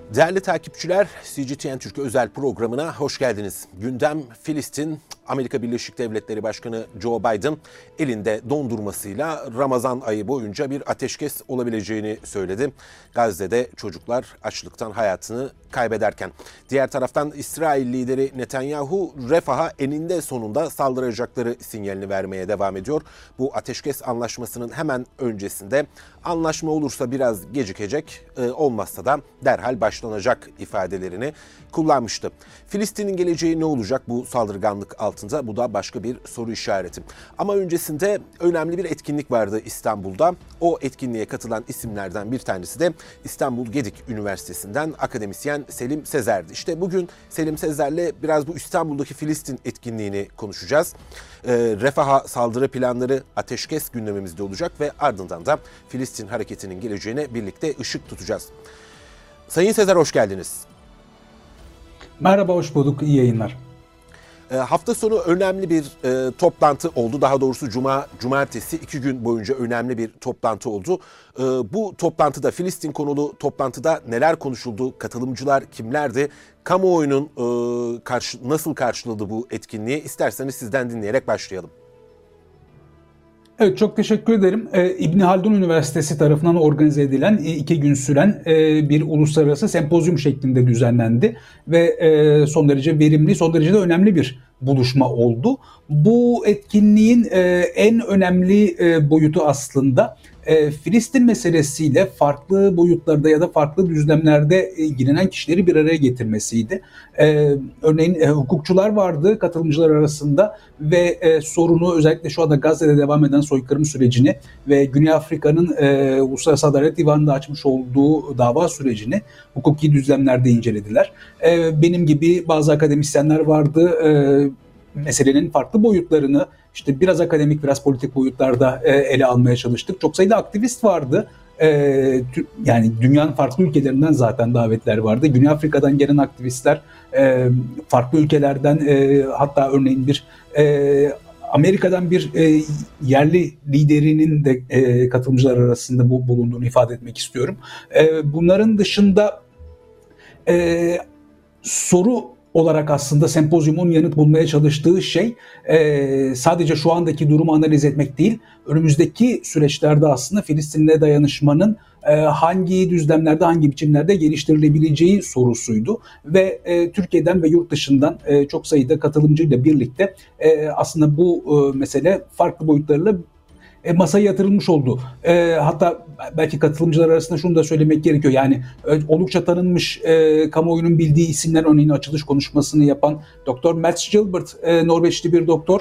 Değerli takipçiler, CGTN Türk özel programına hoş geldiniz. Gündem Filistin, Amerika Birleşik Devletleri Başkanı Joe Biden elinde dondurmasıyla Ramazan ayı boyunca bir ateşkes olabileceğini söyledi. Gazze'de çocuklar açlıktan hayatını kaybederken. Diğer taraftan İsrail lideri Netanyahu, Refah'a eninde sonunda saldıracakları sinyalini vermeye devam ediyor. Bu ateşkes anlaşmasının hemen öncesinde anlaşma olursa biraz gecikecek, olmazsa da derhal başlanacak ifadelerini kullanmıştı. Filistin'in geleceği ne olacak bu saldırganlık altında? Bu da başka bir soru işareti. Ama öncesinde önemli bir etkinlik vardı İstanbul'da. O etkinliğe katılan isimlerden bir tanesi de İstanbul Gedik Üniversitesi'nden akademisyen Selim Sezer'di. İşte bugün Selim Sezer'le biraz bu İstanbul'daki Filistin etkinliğini konuşacağız. Refah'a saldırı planları, ateşkes gündemimizde olacak ve ardından da Filistin hareketinin geleceğine birlikte ışık tutacağız. Sayın Sezer, hoş geldiniz. Merhaba, hoş bulduk. İyi yayınlar. Hafta sonu önemli bir toplantı oldu. Daha doğrusu cumartesi 2 gün boyunca önemli bir toplantı oldu. Bu toplantıda, Filistin konulu toplantıda neler konuşuldu? Katılımcılar kimlerdi? Kamuoyunun nasıl karşıladı bu etkinliği? İsterseniz sizden dinleyerek başlayalım. Evet, çok teşekkür ederim. İbn Haldun Üniversitesi tarafından organize edilen 2 gün süren bir uluslararası sempozyum şeklinde düzenlendi ve son derece verimli, son derece de önemli bir buluşma oldu. Bu etkinliğin en önemli boyutu aslında Filistin meselesiyle farklı boyutlarda ya da farklı düzlemlerde ilgilenen kişileri bir araya getirmesiydi. Örneğin hukukçular vardı katılımcılar arasında ve sorunu özellikle şu anda Gazze'de devam eden soykırım sürecini ve Güney Afrika'nın Uluslararası Adalet Divanı'nda açmış olduğu dava sürecini hukuki düzlemlerde incelediler. Benim gibi bazı akademisyenler vardı. Meselenin farklı boyutlarını işte biraz akademik, biraz politik boyutlarda ele almaya çalıştık. Çok sayıda aktivist vardı. Yani dünyanın farklı ülkelerinden zaten davetler vardı. Güney Afrika'dan gelen aktivistler, farklı ülkelerden, hatta örneğin bir Amerika'dan bir yerli liderinin de katılımcılar arasında bulunduğunu ifade etmek istiyorum. Bunların dışında soru olarak aslında sempozyumun yanıt bulmaya çalıştığı şey sadece şu andaki durumu analiz etmek değil, önümüzdeki süreçlerde aslında Filistin'le dayanışmanın hangi düzlemlerde, hangi biçimlerde geliştirilebileceği sorusuydu. Ve Türkiye'den ve yurt dışından çok sayıda katılımcıyla birlikte aslında bu mesele farklı boyutlarıyla masaya yatırılmış oldu. Hatta belki katılımcılar arasında şunu da söylemek gerekiyor. Yani oldukça tanınmış, kamuoyunun bildiği isimler, örneğin açılış konuşmasını yapan Dr. Mats Gilbert, Norveçli bir doktor.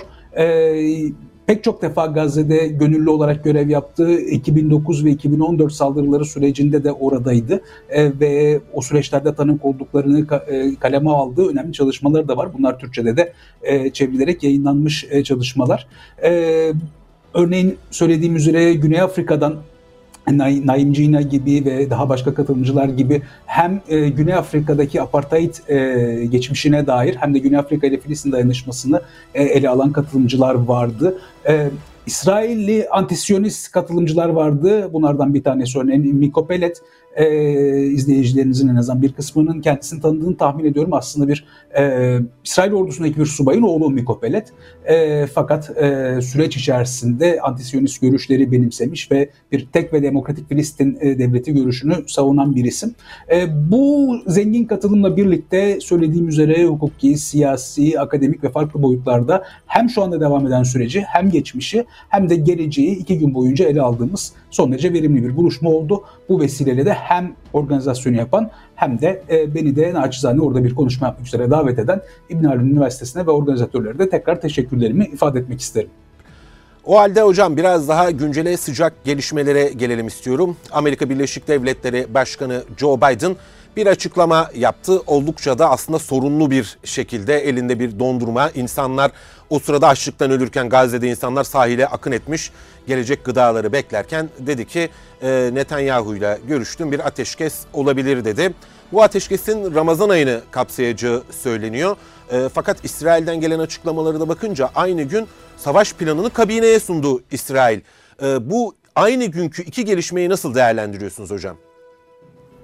Pek çok defa Gazze'de gönüllü olarak görev yaptı. 2009 ve 2014 saldırıları sürecinde de oradaydı. Ve o süreçlerde tanık olduklarını kaleme aldığı önemli çalışmaları da var. Bunlar Türkçe'de de çevrilerek yayınlanmış çalışmalar. Örneğin söylediğim üzere Güney Afrika'dan Naim Cina gibi ve daha başka katılımcılar gibi hem Güney Afrika'daki apartheid geçmişine dair hem de Güney Afrika ile Filistin dayanışmasını ele alan katılımcılar vardı. İsrailli antisyonist katılımcılar vardı. Bunlardan bir tanesi örneğin Miko Pellet, izleyicilerinizin en azından bir kısmının kendisini tanıdığını tahmin ediyorum. Aslında bir İsrail ordusundaki bir subayın oğlu Miko Pellet. Fakat süreç içerisinde antisyonist görüşleri benimsemiş ve bir tek ve demokratik Filistin devleti görüşünü savunan bir isim. Bu zengin katılımla birlikte söylediğim üzere hukuki, siyasi, akademik ve farklı boyutlarda hem şu anda devam eden süreci hem geçmişi hem de geleceği 2 gün boyunca ele aldığımız son derece verimli bir buluşma oldu. Bu vesileyle de hem organizasyonu yapan hem de beni de naçizane orada bir konuşma yapmak üzere davet eden İbn Haldun Üniversitesi'ne ve organizatörlere de tekrar teşekkürlerimi ifade etmek isterim. O halde hocam biraz daha güncele, sıcak gelişmelere gelelim istiyorum. Amerika Birleşik Devletleri Başkanı Joe Biden bir açıklama yaptı. Oldukça da aslında sorunlu bir şekilde, elinde bir dondurma. İnsanlar o sırada açlıktan ölürken Gazze'de insanlar sahile akın etmiş, gelecek gıdaları beklerken dedi ki Netanyahu'yla görüştüm, bir ateşkes olabilir dedi. Bu ateşkesin Ramazan ayını kapsayacağı söyleniyor. Fakat İsrail'den gelen açıklamaları da bakınca aynı gün savaş planını kabineye sundu İsrail. Bu aynı günkü iki gelişmeyi nasıl değerlendiriyorsunuz hocam?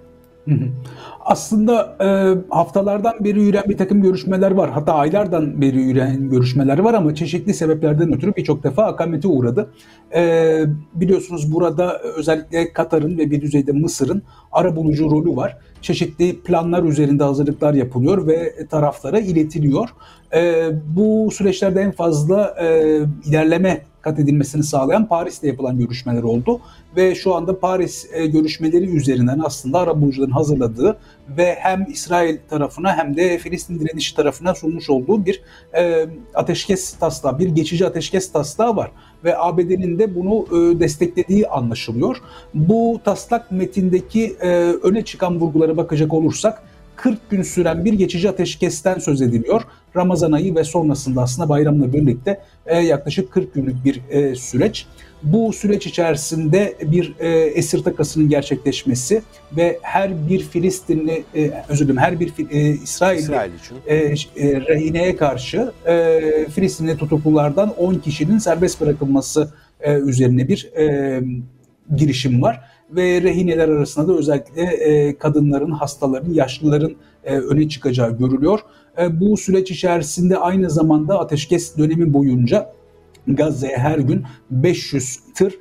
Hı hı. Aslında haftalardan beri yürüyen bir takım görüşmeler var. Hatta aylardan beri yürüyen görüşmeler var ama çeşitli sebeplerden ötürü birçok defa akamete uğradı. Biliyorsunuz burada özellikle Katar'ın ve bir düzeyde Mısır'ın arabulucu rolü var. Çeşitli planlar üzerinde hazırlıklar yapılıyor ve taraflara iletiliyor. Bu süreçlerde en fazla ilerleme kat edilmesini sağlayan Paris'te yapılan görüşmeler oldu. Ve şu anda Paris görüşmeleri üzerinden aslında arabulucuların hazırladığı ve hem İsrail tarafına hem de Filistin direnişi tarafına sunmuş olduğu bir ateşkes taslağı, bir geçici ateşkes taslağı var. Ve ABD'nin de bunu desteklediği anlaşılıyor. Bu taslak metindeki öne çıkan vurgulara bakacak olursak 40 gün süren bir geçici ateşkesten söz ediliyor. Ramazan ayı ve sonrasında aslında bayramla birlikte yaklaşık 40 günlük bir süreç. Bu süreç içerisinde bir esir takasının gerçekleşmesi ve her bir Filistinli, özür dilerim, her bir İsrail için rehineye karşı Filistinli tutuklulardan 10 kişinin serbest bırakılması üzerine bir girişim var. Ve rehineler arasında da özellikle kadınların, hastaların, yaşlıların öne çıkacağı görülüyor. Bu süreç içerisinde aynı zamanda ateşkes dönemi boyunca Gazze'ye her gün 500 tır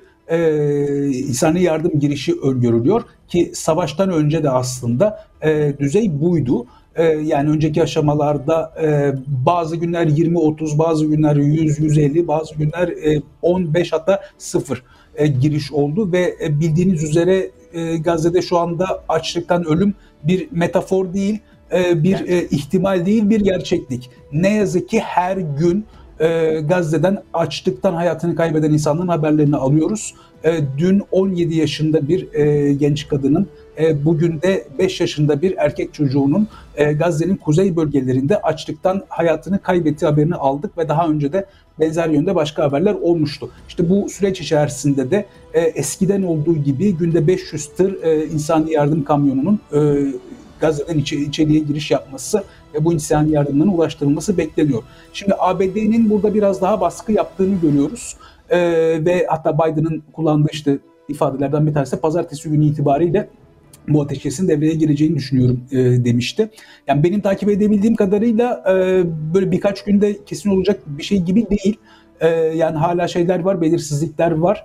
insani yardım girişi öngörülüyor ki savaştan önce de aslında düzey buydu. Yani önceki aşamalarda bazı günler 20-30, bazı günler 100-150, bazı günler 15 hatta 0 giriş oldu ve bildiğiniz üzere Gazze'de şu anda açlıktan ölüm bir metafor değil, bir ihtimal değil, bir gerçeklik. Ne yazık ki her gün Gazze'den açlıktan hayatını kaybeden insanların haberlerini alıyoruz. Dün 17 yaşında bir genç kadının, bugün de 5 yaşında bir erkek çocuğunun Gazze'nin kuzey bölgelerinde açlıktan hayatını kaybettiği haberini aldık ve daha önce de benzer yönde başka haberler olmuştu. İşte bu süreç içerisinde de eskiden olduğu gibi günde 500 tır insani yardım kamyonunun Gazze'den içeriye giriş yapması ve bu insani yardımların ulaştırılması bekleniyor. Şimdi ABD'nin burada biraz daha baskı yaptığını görüyoruz ve hatta Biden'ın kullandığı işte ifadelerden bir tanesi de pazartesi günü itibariyle bu ateşkesin devreye gireceğini düşünüyorum demişti. Yani benim takip edebildiğim kadarıyla böyle birkaç günde kesin olacak bir şey gibi değil. Yani hala şeyler var, belirsizlikler var.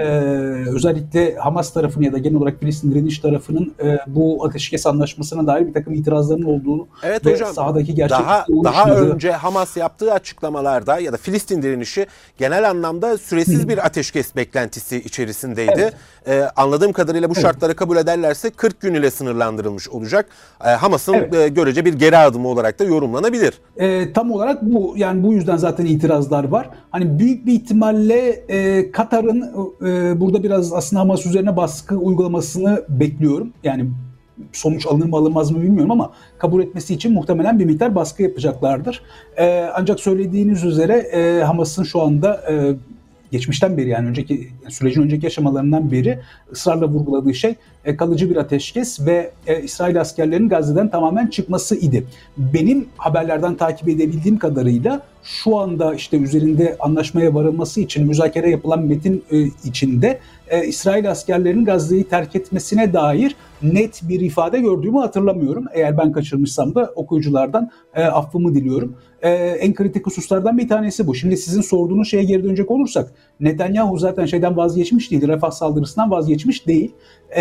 Özellikle Hamas tarafının ya da genel olarak Filistin direniş tarafının bu ateşkes anlaşmasına dair bir takım itirazlarının olduğunu ve hocam, sahadaki gerçeklikle daha önce Hamas yaptığı açıklamalarda ya da Filistin direnişi genel anlamda süresiz bir ateşkes beklentisi içerisindeydi. Anladığım kadarıyla bu şartları kabul ederlerse 40 gün ile sınırlandırılmış olacak. Hamas'ın görece bir geri adımı olarak da yorumlanabilir. Tam olarak bu, yani bu yüzden zaten itirazlar var. Hani büyük bir ihtimalle Katar'ın burada biraz aslında Hamas üzerine baskı uygulamasını bekliyorum. Yani sonuç alınır mı alınmaz mı bilmiyorum ama kabul etmesi için muhtemelen bir miktar baskı yapacaklardır. Ancak söylediğiniz üzere Hamas'ın şu anda geçmişten beri, yani sürecin önceki aşamalarından beri ısrarla vurguladığı şey kalıcı bir ateşkes ve İsrail askerlerinin Gazze'den tamamen çıkması idi. Benim haberlerden takip edebildiğim kadarıyla şu anda işte üzerinde anlaşmaya varılması için müzakere yapılan metin içinde İsrail askerlerinin Gazze'yi terk etmesine dair net bir ifade gördüğümü hatırlamıyorum. Eğer ben kaçırmışsam da okuyuculardan affımı diliyorum. En kritik hususlardan bir tanesi bu. Şimdi sizin sorduğunuz şeye geri dönecek olursak, Netanyahu zaten şeyden vazgeçmiş değil, Refah saldırısından vazgeçmiş değil.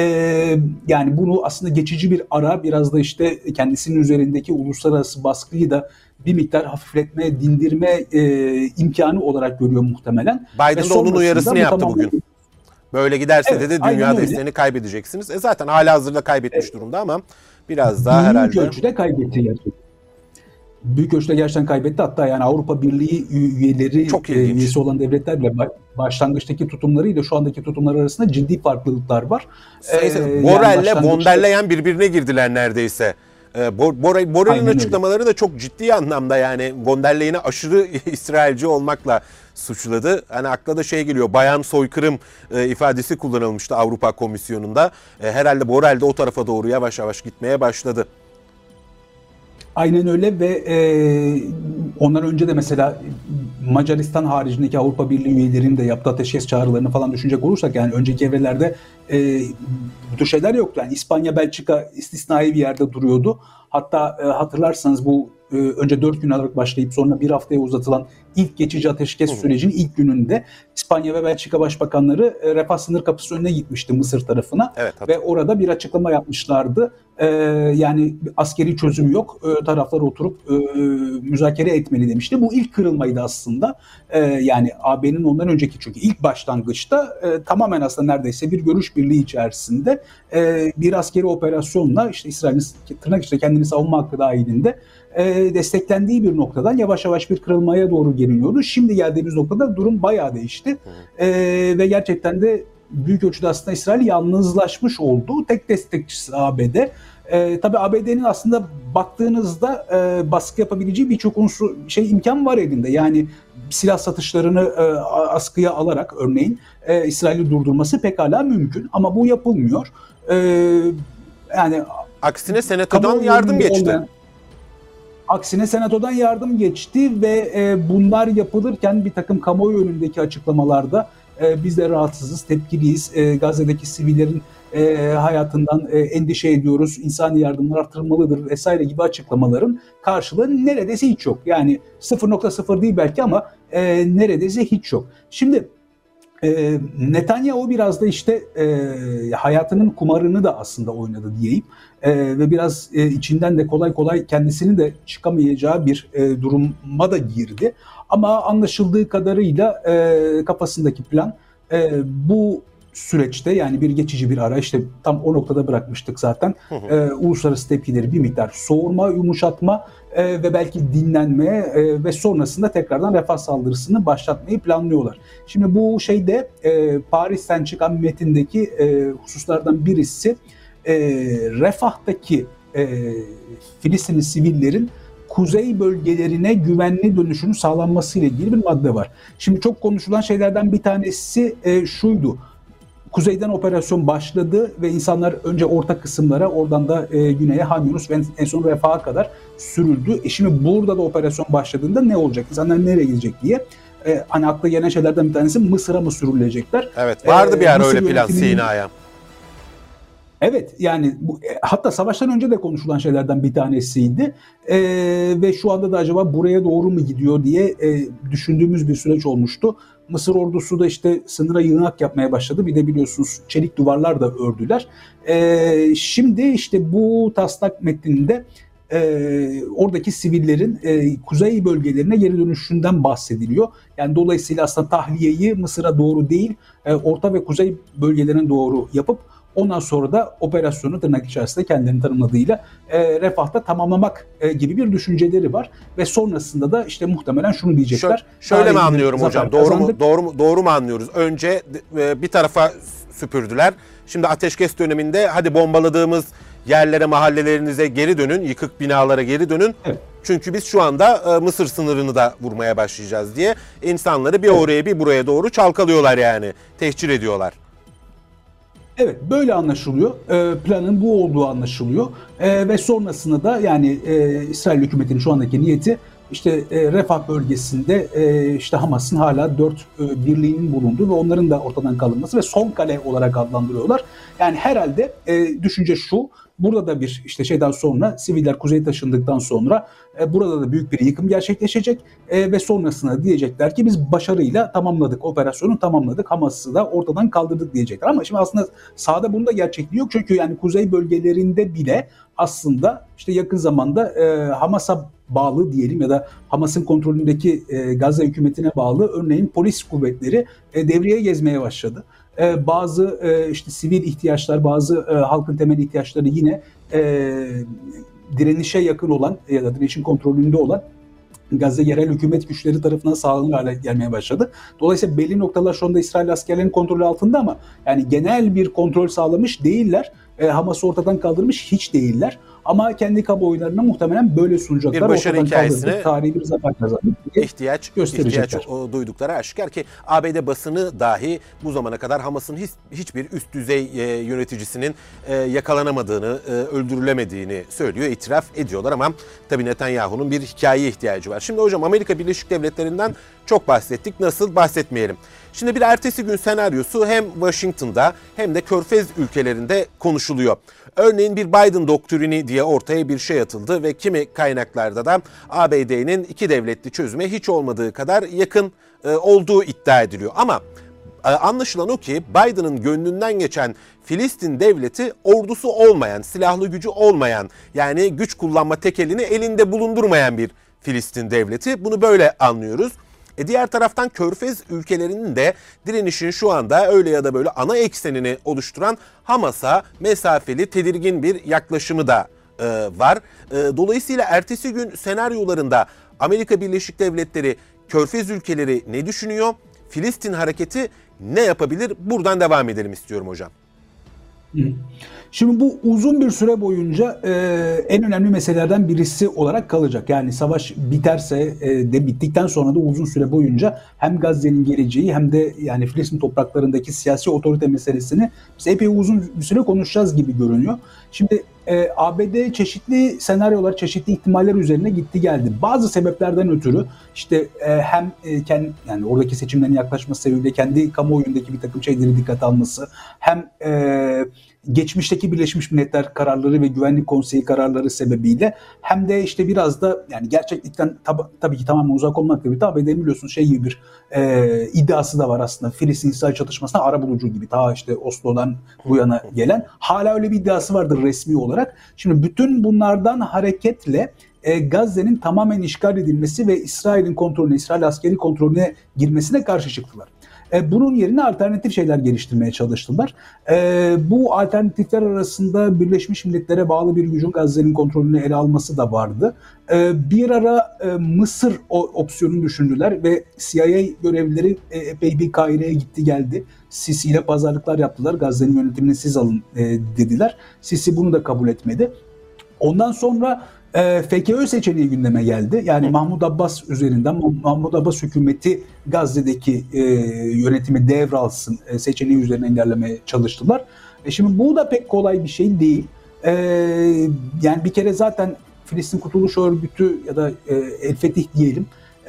Yani bunu aslında geçici bir ara, biraz da işte kendisinin üzerindeki uluslararası baskıyı da bir miktar hafifletme, dindirme imkanı olarak görüyor muhtemelen. Biden de onun uyarısını yaptı bugün. Böyle giderse de dünya desteğini kaybedeceksiniz. Zaten halihazırda kaybetmiş durumda ama biraz daha herhalde. Büyük ölçüde kaybetti gerçekten. Büyük ölçüde gerçekten kaybetti. Hatta yani Avrupa Birliği üyesi olan devletler bile başlangıçtaki tutumlarıyla şu andaki tutumlar arasında ciddi farklılıklar var. Borrell'le von der Leyen birbirine girdiler neredeyse. Borrell'in açıklamaları da çok ciddi anlamda, yani von der Leyen'i aşırı İsrailci olmakla suçladı. Hani akla da şey geliyor, bayan soykırım ifadesi kullanılmıştı Avrupa Komisyonu'nda. Herhalde Borrell de o tarafa doğru yavaş yavaş gitmeye başladı. Aynen öyle ve ondan önce de mesela Macaristan haricindeki Avrupa Birliği üyelerinin de yaptığı ateşkes çağrılarını falan düşünecek olursak, yani önceki evrelerde bu tür şeyler yoktu. Yani İspanya, Belçika istisnai bir yerde duruyordu. Hatta hatırlarsanız bu önce 4 gün olarak başlayıp sonra bir haftaya uzatılan ilk geçici ateşkes sürecinin ilk gününde İspanya ve Belçika başbakanları Refah sınır kapısı önüne gitmişti, Mısır tarafına. Evet, ve orada bir açıklama yapmışlardı. Yani askeri çözüm yok, taraflar oturup müzakere etmeli demişti. Bu ilk kırılmaydı aslında. Yani AB'nin ondan önceki, çünkü ilk başlangıçta tamamen aslında neredeyse bir görüş birliği içerisinde bir askeri operasyonla işte İsrail'in tırnak içinde kendini savunma hakkı dahilinde desteklendiği bir noktadan yavaş yavaş bir kırılmaya doğru geliniyordu. Şimdi geldiğimiz noktada durum bayağı değişti. Ve gerçekten de büyük ölçüde aslında İsrail yalnızlaşmış oldu. Tek destekçisi ABD. Tabii ABD'nin aslında baktığınızda baskı yapabileceği birçok imkan var elinde. Yani silah satışlarını askıya alarak örneğin İsrail'i durdurması pekala mümkün, ama bu yapılmıyor. Yani aksine Senato'dan yardım geçti. Aksine Senato'dan yardım geçti ve bunlar yapılırken bir takım kamuoyu önündeki açıklamalarda biz de rahatsızız, tepkiliyiz, Gazze'deki sivillerin hayatından endişe ediyoruz, insani yardımlar artırılmalıdır vesaire gibi açıklamaların karşılığı neredeyse hiç yok. Yani 0.0 değil belki, ama neredeyse hiç yok. Şimdi Netanyahu biraz da işte hayatının kumarını da aslında oynadı diyeyim. Ve biraz içinden de kolay kolay kendisini de çıkamayacağı bir duruma da girdi. Ama anlaşıldığı kadarıyla kafasındaki plan bu süreçte, yani bir geçici bir ara, işte tam o noktada bırakmıştık zaten. Uluslararası tepkileri bir miktar soğurma, yumuşatma ve belki dinlenme ve sonrasında tekrardan Refah saldırısını başlatmayı planlıyorlar. Şimdi bu şeyde Paris'ten çıkan metindeki hususlardan birisi Refah'taki Filistinli sivillerin kuzey bölgelerine güvenli dönüşünün sağlanması ile ilgili bir madde var. Şimdi çok konuşulan şeylerden bir tanesi şuydu. Kuzeyden operasyon başladı ve insanlar önce orta kısımlara, oradan da güneye Han Yunus ve en son Refah'a kadar sürüldü. Şimdi burada da operasyon başladığında ne olacak? İnsanlar nereye gidecek diye. Hani akla gelen şeylerden bir tanesi, Mısır'a mı sürülecekler? Evet, vardı bir ara öyle plan Sina'ya. Evet, yani hatta savaştan önce de konuşulan şeylerden bir tanesiydi. Ve şu anda da acaba buraya doğru mu gidiyor diye düşündüğümüz bir süreç olmuştu. Mısır ordusu da işte sınıra yığınak yapmaya başladı. Bir de biliyorsunuz çelik duvarlar da ördüler. Şimdi işte bu taslak metninde oradaki sivillerin kuzey bölgelerine geri dönüşünden bahsediliyor. Yani dolayısıyla aslında tahliyeyi Mısır'a doğru değil, orta ve kuzey bölgelerine doğru yapıp ondan sonra da operasyonu tırnak içerisinde kendilerinin tanımladığıyla Refah'ta tamamlamak gibi bir düşünceleri var ve sonrasında da işte muhtemelen şunu diyecekler. Şöyle mi anlıyorum hocam? Doğru mu anlıyoruz? Önce bir tarafa süpürdüler. Şimdi ateşkes döneminde hadi bombaladığımız yerlere, mahallelerinize geri dönün, yıkık binalara geri dönün. Evet. Çünkü biz şu anda Mısır sınırını da vurmaya başlayacağız diye insanları bir oraya bir buraya doğru çalkalıyorlar, yani tehcir ediyorlar. Evet, böyle anlaşılıyor. Planın bu olduğu anlaşılıyor. Ve sonrasında da yani İsrail hükümetinin şu andaki niyeti işte Refah bölgesinde işte Hamas'ın hala 4 birliğinin bulunduğu ve onların da ortadan kaldırılması ve son kale olarak adlandırıyorlar. Yani herhalde düşünce şu: burada da bir işte şeyden sonra, siviller kuzeye taşındıktan sonra burada da büyük bir yıkım gerçekleşecek ve sonrasında diyecekler ki biz başarıyla tamamladık, operasyonu tamamladık, Hamas'ı da ortadan kaldırdık diyecekler. Ama şimdi aslında sahada bunda gerçekliği yok, çünkü yani kuzey bölgelerinde bile aslında işte yakın zamanda Hamas'a bağlı diyelim ya da Hamas'ın kontrolündeki Gazze hükümetine bağlı örneğin polis kuvvetleri devreye gezmeye başladı. Bazı işte sivil ihtiyaçlar, bazı halkın temel ihtiyaçları yine direnişe yakın olan ya da direnişin kontrolünde olan Gazze yerel hükümet güçleri tarafından sağlanır hale gelmeye başladı. Dolayısıyla belli noktalar şu anda İsrail askerlerinin kontrolü altında, ama yani genel bir kontrol sağlamış değiller. Hamas'ı ortadan kaldırmış hiç değiller. Ama kendi kamuoylarına muhtemelen böyle sunacaklar. Bir başarı hikayesine tarihi bir zafer kazandık diye ihtiyaç gösterecekler. duydukları aşikar ki ABD basını dahi bu zamana kadar Hamas'ın hiçbir üst düzey yöneticisinin yakalanamadığını, öldürülemediğini söylüyor, itiraf ediyorlar ama tabii Netanyahu'nun bir hikayeye ihtiyacı var. Şimdi hocam Amerika Birleşik Devletleri'nden çok bahsettik. Nasıl bahsetmeyelim? Şimdi bir ertesi gün senaryosu hem Washington'da hem de Körfez ülkelerinde konuşuluyor. Örneğin bir Biden doktrini diye ortaya bir şey atıldı ve kimi kaynaklarda da ABD'nin iki devletli çözüme hiç olmadığı kadar yakın olduğu iddia ediliyor. Ama anlaşılan o ki Biden'ın gönlünden geçen Filistin devleti ordusu olmayan, silahlı gücü olmayan, yani güç kullanma tekelini elinde bulundurmayan bir Filistin devleti. Bunu böyle anlıyoruz. Diğer taraftan Körfez ülkelerinin de direnişin şu anda öyle ya da böyle ana eksenini oluşturan Hamas'a mesafeli, tedirgin bir yaklaşımı da var. Dolayısıyla ertesi gün senaryolarında Amerika Birleşik Devletleri, Körfez ülkeleri ne düşünüyor? Filistin hareketi ne yapabilir? Buradan devam edelim istiyorum hocam. Şimdi bu uzun bir süre boyunca en önemli meselelerden birisi olarak kalacak. Yani savaş biterse de bittikten sonra da uzun süre boyunca hem Gazze'nin geleceği hem de yani Filistin topraklarındaki siyasi otorite meselesini biz epey uzun bir süre konuşacağız gibi görünüyor. Şimdi ABD çeşitli senaryolar, çeşitli ihtimaller üzerine gitti geldi. Bazı sebeplerden ötürü işte hem kendi, yani oradaki seçimlerin yaklaşması sebebiyle kendi kamuoyundaki bir takım şeyleri dikkate alması, hem geçmişteki Birleşmiş Milletler kararları ve Güvenlik Konseyi kararları sebebiyle hem de işte biraz da yani gerçeklikten tabii ki tamamen uzak olmakla birlikte ABD'nin biliyorsunuz şey gibi bir iddiası da var aslında. Filistin-İsrail çatışmasına arabulucu gibi ta işte Oslo'dan bu yana gelen hala öyle bir iddiası vardır resmi olarak. Şimdi bütün bunlardan hareketle Gazze'nin tamamen işgal edilmesi ve İsrail'in kontrolüne, İsrail askeri kontrolüne girmesine karşı çıktılar. Bunun yerine alternatif şeyler geliştirmeye çalıştılar. Bu alternatifler arasında Birleşmiş Milletler'e bağlı bir gücün Gazze'nin kontrolünü ele alması da vardı. Bir ara Mısır opsiyonunu düşündüler ve CIA görevlileri epey bir Kahire'ye gitti geldi. Sisi ile pazarlıklar yaptılar. Gazze'nin yönetimini siz alın dediler. Sisi bunu da kabul etmedi. Ondan sonra FKÖ seçeneği gündeme geldi. Yani Mahmud Abbas üzerinden Mahmud Abbas hükümeti Gazze'deki yönetimi devralsın seçeneği üzerine ilerlemeye çalıştılar. Şimdi bu da pek kolay bir şey değil. Yani bir kere zaten Filistin Kurtuluş Örgütü ya da El Fetih diyelim.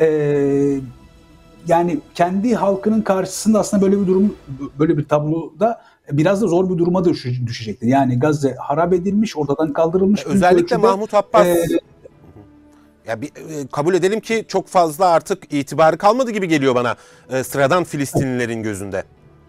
Yani kendi halkının karşısında aslında böyle bir durum, böyle bir tabloda biraz da zor bir duruma düşecektir. Yani Gazze harap edilmiş, ortadan kaldırılmış. Özellikle Mahmut Abbas ya kabul edelim ki çok fazla artık itibarı kalmadı gibi geliyor bana sıradan Filistinlilerin gözünde.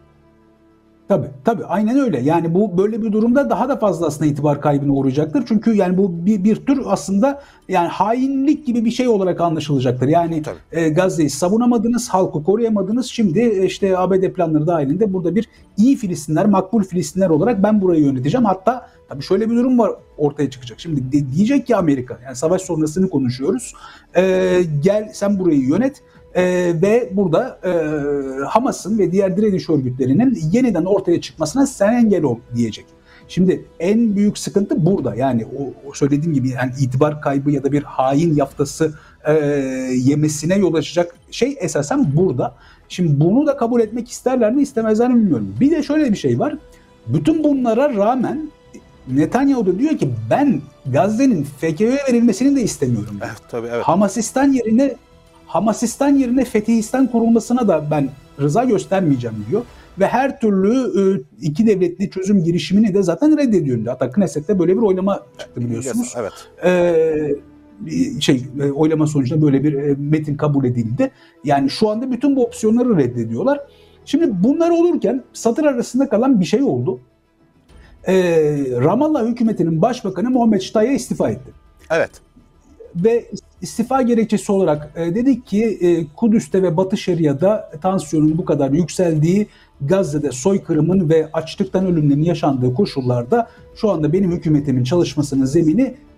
Tabii aynen öyle. Yani bu böyle bir durumda daha da fazla aslında itibar kaybına uğrayacaktır. Çünkü yani bu bir tür aslında yani hainlik gibi bir şey olarak anlaşılacaktır. Yani Gazze'yi savunamadınız, halkı koruyamadınız. Şimdi işte ABD planları dahilinde burada bir iyi Filistinler, makbul Filistinler olarak ben burayı yöneteceğim. Hatta tabii şöyle bir durum var ortaya çıkacak. Şimdi diyecek ki Amerika, yani savaş sonrasını konuşuyoruz. Gel sen burayı yönet. Ve burada Hamas'ın ve diğer direniş örgütlerinin yeniden ortaya çıkmasına sen engel ol diyecek. Şimdi en büyük sıkıntı burada. Yani o söylediğim gibi yani itibar kaybı ya da bir hain yaftası yemesine yol açacak şey esasen burada. Şimdi bunu da kabul etmek isterler mi istemezler mi bilmiyorum. Bir de şöyle bir şey var. Bütün bunlara rağmen Netanyahu da diyor ki ben Gazze'nin FKÖ'ye verilmesini de istemiyorum. Evet. Hamasistan yerine Fetihistan kurulmasına da ben rıza göstermeyeceğim diyor. Ve her türlü iki devletli çözüm girişimini de zaten reddediyor. Hatta Knesset'te böyle bir oylama çıktı biliyorsunuz. Evet. Oylama sonucunda böyle bir metin kabul edildi. Yani şu anda bütün bu opsiyonları reddediyorlar. Şimdi bunlar olurken satır arasında kalan bir şey oldu. Ramallah hükümetinin başbakanı Muhammed Ştay'a istifa etti. Evet. Ve istifa gerekçesi olarak dedik ki Kudüs'te ve Batı Şeria'da tansiyonun bu kadar yükseldiği, Gazze'de soykırımın ve açlıktan ölümlerin yaşandığı koşullarda şu anda benim hükümetimin çalışmasının zemini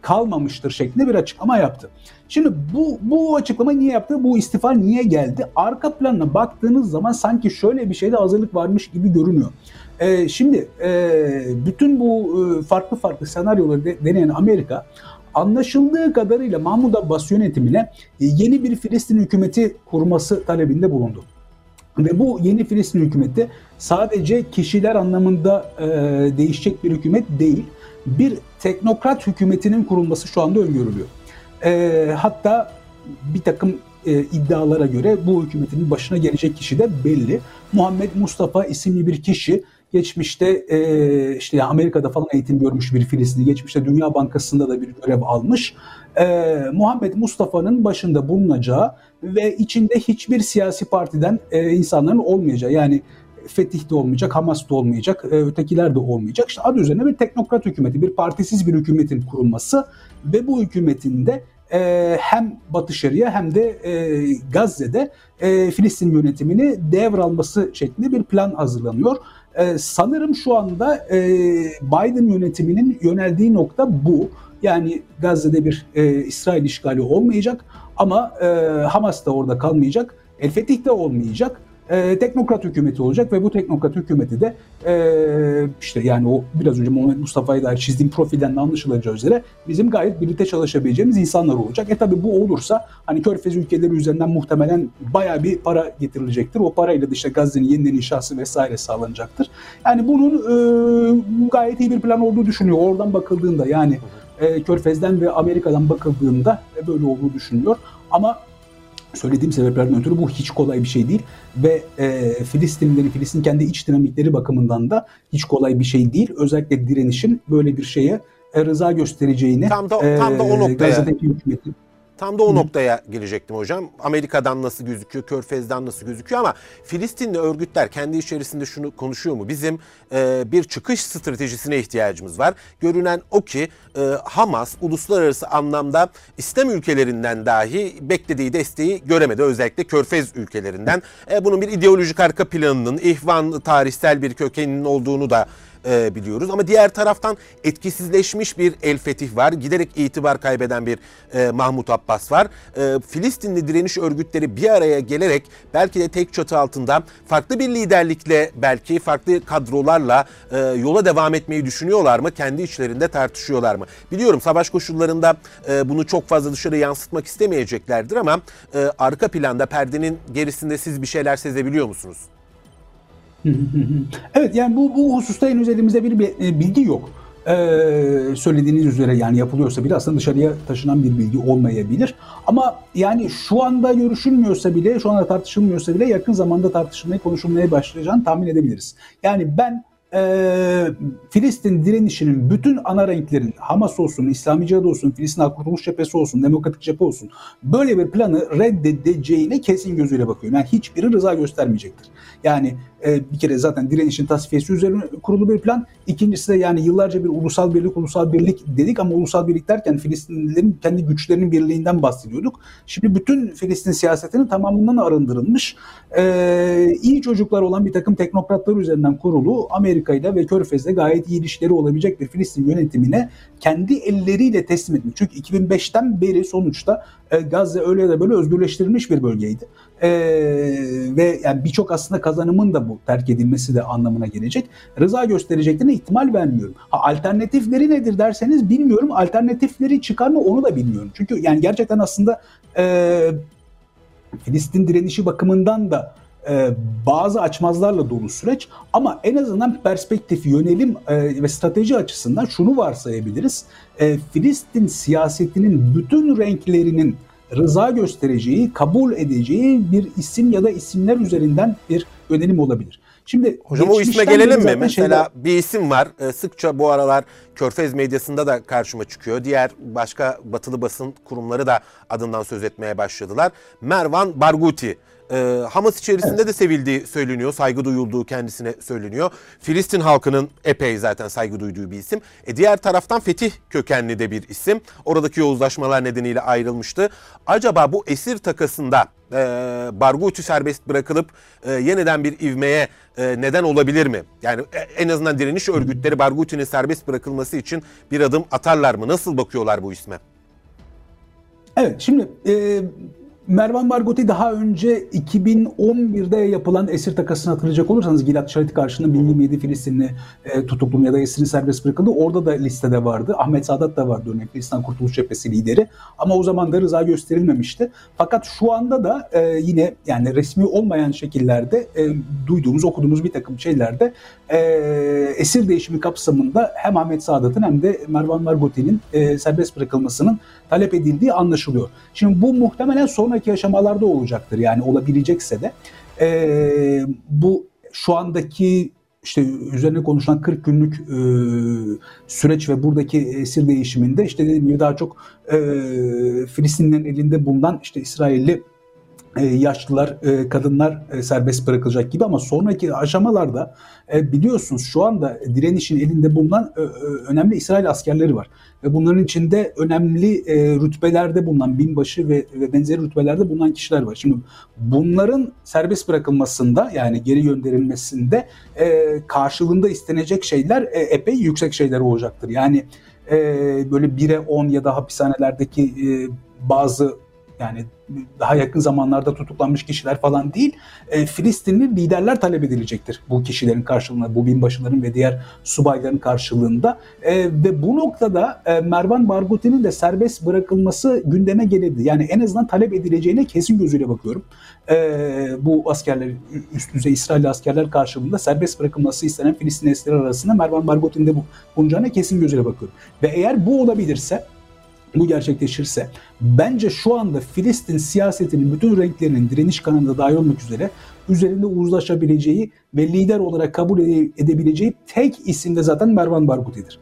kalmamıştır şeklinde bir açıklama yaptı. Şimdi bu açıklama niye yaptı? Bu istifa niye geldi? Arka planına baktığınız zaman sanki şöyle bir şeyde hazırlık varmış gibi görünüyor. Şimdi bütün bu farklı senaryoları deneyen Amerika, anlaşıldığı kadarıyla Mahmud Abbas yönetimine yeni bir Filistin hükümeti kurması talebinde bulundu. Ve bu yeni Filistin hükümeti sadece kişiler anlamında değişecek bir hükümet değil, bir teknokrat hükümetinin kurulması şu anda öngörülüyor. Hatta bir takım iddialara göre bu hükümetin başına gelecek kişi de belli. Muhammed Mustafa isimli bir kişi, geçmişte işte Amerika'da falan eğitim görmüş bir Filistinli, geçmişte Dünya Bankası'nda da bir görev almış. Muhammed Mustafa'nın başında bulunacağı ve içinde hiçbir siyasi partiden insanların olmayacağı, yani Fetih de olmayacak, Hamas da olmayacak, ötekiler de olmayacak. İşte adı üzerine bir teknokrat hükümeti, bir partisiz bir hükümetin kurulması ve bu hükümetin de hem Batı Şeria hem de Gazze'de Filistin yönetimini devralması şeklinde bir plan hazırlanıyor. Sanırım şu anda Biden yönetiminin yöneldiği nokta bu. Yani Gazze'de bir İsrail işgali olmayacak ama Hamas da orada kalmayacak, El Fetih de olmayacak. Teknokrat hükümeti olacak ve bu teknokrat hükümeti de işte yani o biraz önce Muhammed Mustafa'ya dair çizdiğim profilden de anlaşılacağı üzere bizim gayet birlikte çalışabileceğimiz insanlar olacak. Tabi bu olursa hani Körfez ülkeleri üzerinden muhtemelen bayağı bir para getirilecektir. O parayla da işte Gazze'nin yeniden inşası vesaire sağlanacaktır. Yani bunun gayet iyi bir plan olduğu düşünüyor. Oradan bakıldığında yani Körfez'den ve Amerika'dan bakıldığında böyle olduğu düşünülüyor. Ama söylediğim sebeplerden ötürü bu hiç kolay bir şey değil ve Filistin kendi iç dinamikleri bakımından da hiç kolay bir şey değil. Özellikle direnişin böyle bir şeye rıza göstereceğini tam da o noktaya Gazze'deki hükümetin. Tam da o noktaya gelecektim hocam. Amerika'dan nasıl gözüküyor, Körfez'den nasıl gözüküyor ama Filistinli örgütler kendi içerisinde şunu konuşuyor mu? Bizim bir çıkış stratejisine ihtiyacımız var. Görünen o ki Hamas uluslararası anlamda İslam ülkelerinden dahi beklediği desteği göremedi. Özellikle Körfez ülkelerinden. Bunun bir ideolojik arka planının, ihvan tarihsel bir kökeninin olduğunu da biliyoruz. Ama diğer taraftan etkisizleşmiş bir El Fetih var. Giderek itibar kaybeden bir Mahmut Abbas var. Filistinli direniş örgütleri bir araya gelerek belki de tek çatı altında farklı bir liderlikle, belki farklı kadrolarla yola devam etmeyi düşünüyorlar mı? Kendi içlerinde tartışıyorlar mı? Biliyorum savaş koşullarında bunu çok fazla dışarı yansıtmak istemeyeceklerdir ama arka planda, perdenin gerisinde siz bir şeyler sezebiliyor musunuz? Evet, yani bu hususta henüz elimizde bir bilgi yok. Söylediğiniz üzere yani yapılıyorsa bile aslında dışarıya taşınan bir bilgi olmayabilir. Ama yani şu anda görüşülmüyorsa bile, şu anda tartışılmıyorsa bile yakın zamanda tartışılmaya, konuşulmaya başlayacağını tahmin edebiliriz. Yani ben Filistin direnişinin bütün ana renklerin, Hamas olsun, İslami Cihad olsun, Filistin Halk Kurtuluş Cephesi olsun, Demokratik Cephe olsun, böyle bir planı reddedeceğine kesin gözüyle bakıyorum. Yani hiçbiri rıza göstermeyecektir. Yani bir kere zaten direnişin tasfiyesi üzerine kurulu bir plan. İkincisi de yani yıllarca bir ulusal birlik dedik ama ulusal birlik derken Filistinlilerin kendi güçlerinin birliğinden bahsediyorduk. Şimdi bütün Filistin siyasetinin tamamından arındırılmış, iyi çocuklar olan bir takım teknokratlar üzerinden kurulu, Amerika ile ve Körfez'de gayet iyi ilişkileri olabilecek bir Filistin yönetimine kendi elleriyle teslim etmiş. Çünkü 2005'ten beri sonuçta Gazze öyle ya da böyle özgürleştirilmiş bir bölgeydi. Ve yani birçok aslında kazanımın da bu terk edilmesi de anlamına gelecek. Rıza göstereceklerine ihtimal vermiyorum. Alternatifleri nedir derseniz bilmiyorum. Alternatifleri çıkar mı onu da bilmiyorum. Çünkü yani gerçekten aslında Filistin direnişi bakımından da bazı açmazlarla dolu süreç ama en azından perspektif, yönelim ve strateji açısından şunu varsayabiliriz. Filistin siyasetinin bütün renklerinin rıza göstereceği, kabul edeceği bir isim ya da isimler üzerinden bir yönelim olabilir. Şimdi hocam o isme gelelim mi? Mesela bir isim var. Sıkça bu aralar Körfez medyasında da karşıma çıkıyor. Diğer başka batılı basın kurumları da adından söz etmeye başladılar. Mervan Barghouti. Hamas içerisinde de sevildiği söyleniyor, saygı duyulduğu kendisine söyleniyor. Filistin halkının epey zaten saygı duyduğu bir isim. Diğer taraftan Fetih kökenli de bir isim. Oradaki yozlaşmalar nedeniyle ayrılmıştı. Acaba bu esir takasında Barghouti serbest bırakılıp yeniden bir ivmeye neden olabilir mi? Yani en azından direniş örgütleri Barghouti'nin serbest bırakılması için bir adım atarlar mı? Nasıl bakıyorlar bu isme? Evet, şimdi Mervan Barghouti daha önce 2011'de yapılan esir takasını hatırlayacak olursanız Gilad Shalit karşısında 1027 Filistinli tutuklu ya da esirin serbest bırakıldı. Orada da listede vardı. Ahmet Sadat da vardı örneğin Filistin Kurtuluş Cephesi lideri. Ama o zaman da rıza gösterilmemişti. Fakat şu anda da yine yani resmi olmayan şekillerde duyduğumuz, okuduğumuz bir takım şeylerde esir değişimi kapsamında hem Ahmet Sadat'ın hem de Mervan Barghouti'nin serbest bırakılmasının talep edildiği anlaşılıyor. Şimdi bu muhtemelen sonraki aşamalarda olacaktır. Yani olabilecekse de bu şu andaki işte üzerine konuşulan 40 günlük süreç ve buradaki esir değişiminde işte dediğim gibi daha çok Filistinlerin elinde bulunan işte İsrailli yaşlılar, kadınlar serbest bırakılacak gibi ama sonraki aşamalarda biliyorsunuz şu anda direnişin elinde bulunan önemli İsrail askerleri var. Ve bunların içinde önemli rütbelerde bulunan binbaşı ve benzeri rütbelerde bulunan kişiler var. Şimdi bunların serbest bırakılmasında yani geri gönderilmesinde karşılığında istenecek şeyler epey yüksek şeyler olacaktır. Yani böyle 1'e 10 ya da hapishanelerdeki bazı yani daha yakın zamanlarda tutuklanmış kişiler falan değil, Filistinli liderler talep edilecektir bu kişilerin karşılığında, bu binbaşıların ve diğer subayların karşılığında. Ve bu noktada Mervan Barghouti'nin de serbest bırakılması gündeme gelirdi. Yani en azından talep edileceğine kesin gözüyle bakıyorum. Bu askerler, üst düzey İsrailli askerler karşılığında serbest bırakılması istenen Filistin esirleri arasında Mervan Barghouti'nin de bulunacağına kesin gözüyle bakıyorum. Ve eğer bu olabilirse, bu gerçekleşirse bence şu anda Filistin siyasetinin bütün renklerinin direniş kanalında dahil olmak üzere üzerinde uzlaşabileceği ve lider olarak kabul edebileceği tek isim de zaten Mervan Barghouti'dir.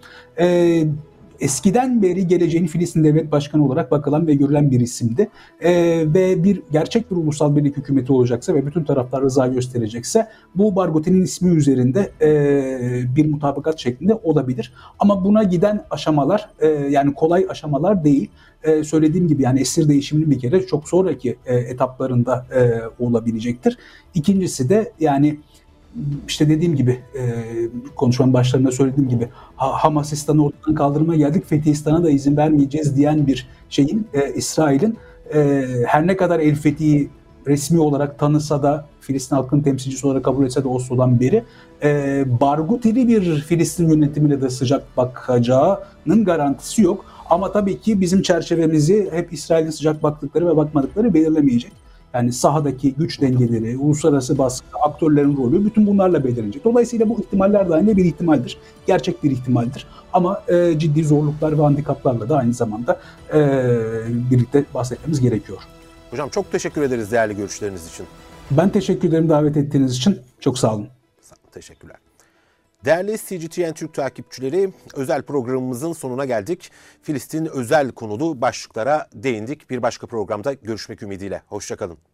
Eskiden beri geleceğini Filistin Devlet Başkanı olarak bakılan ve görülen bir isimdi. Ve gerçek bir ulusal birlik hükümeti olacaksa ve bütün taraflar rıza gösterecekse bu Barghouti'nin ismi üzerinde bir mutabakat şeklinde olabilir. Ama buna giden aşamalar yani kolay aşamalar değil. Söylediğim gibi yani esir değişiminin bir kere çok sonraki etaplarında olabilecektir. İkincisi de yani İşte dediğim gibi konuşmanın başlarında söylediğim gibi Hamasistan'ı ortadan kaldırmaya geldik, Fetihistan'a da izin vermeyeceğiz diyen bir şeyin İsrail'in her ne kadar El Fethi'yi resmi olarak tanısa da Filistin halkının temsilcisi olarak kabul etse de Oslo'dan beri Barghouti'li bir Filistin yönetimine de sıcak bakacağının garantisi yok. Ama tabii ki bizim çerçevemizi hep İsrail'in sıcak baktıkları ve bakmadıkları belirlemeyecek. Yani sahadaki güç dengeleri, uluslararası baskı, aktörlerin rolü bütün bunlarla belirlenecek. Dolayısıyla bu ihtimaller dahilinde bir ihtimaldir. Gerçek bir ihtimaldir. Ama ciddi zorluklar ve handikaplarla da aynı zamanda birlikte bahsetmemiz gerekiyor. Hocam çok teşekkür ederiz değerli görüşleriniz için. Ben teşekkür ederim davet ettiğiniz için. Çok sağ olun. Teşekkürler. Değerli CGTN Türk takipçileri, özel programımızın sonuna geldik. Filistin özel konulu başlıklara değindik. Bir başka programda görüşmek ümidiyle. Hoşça kalın.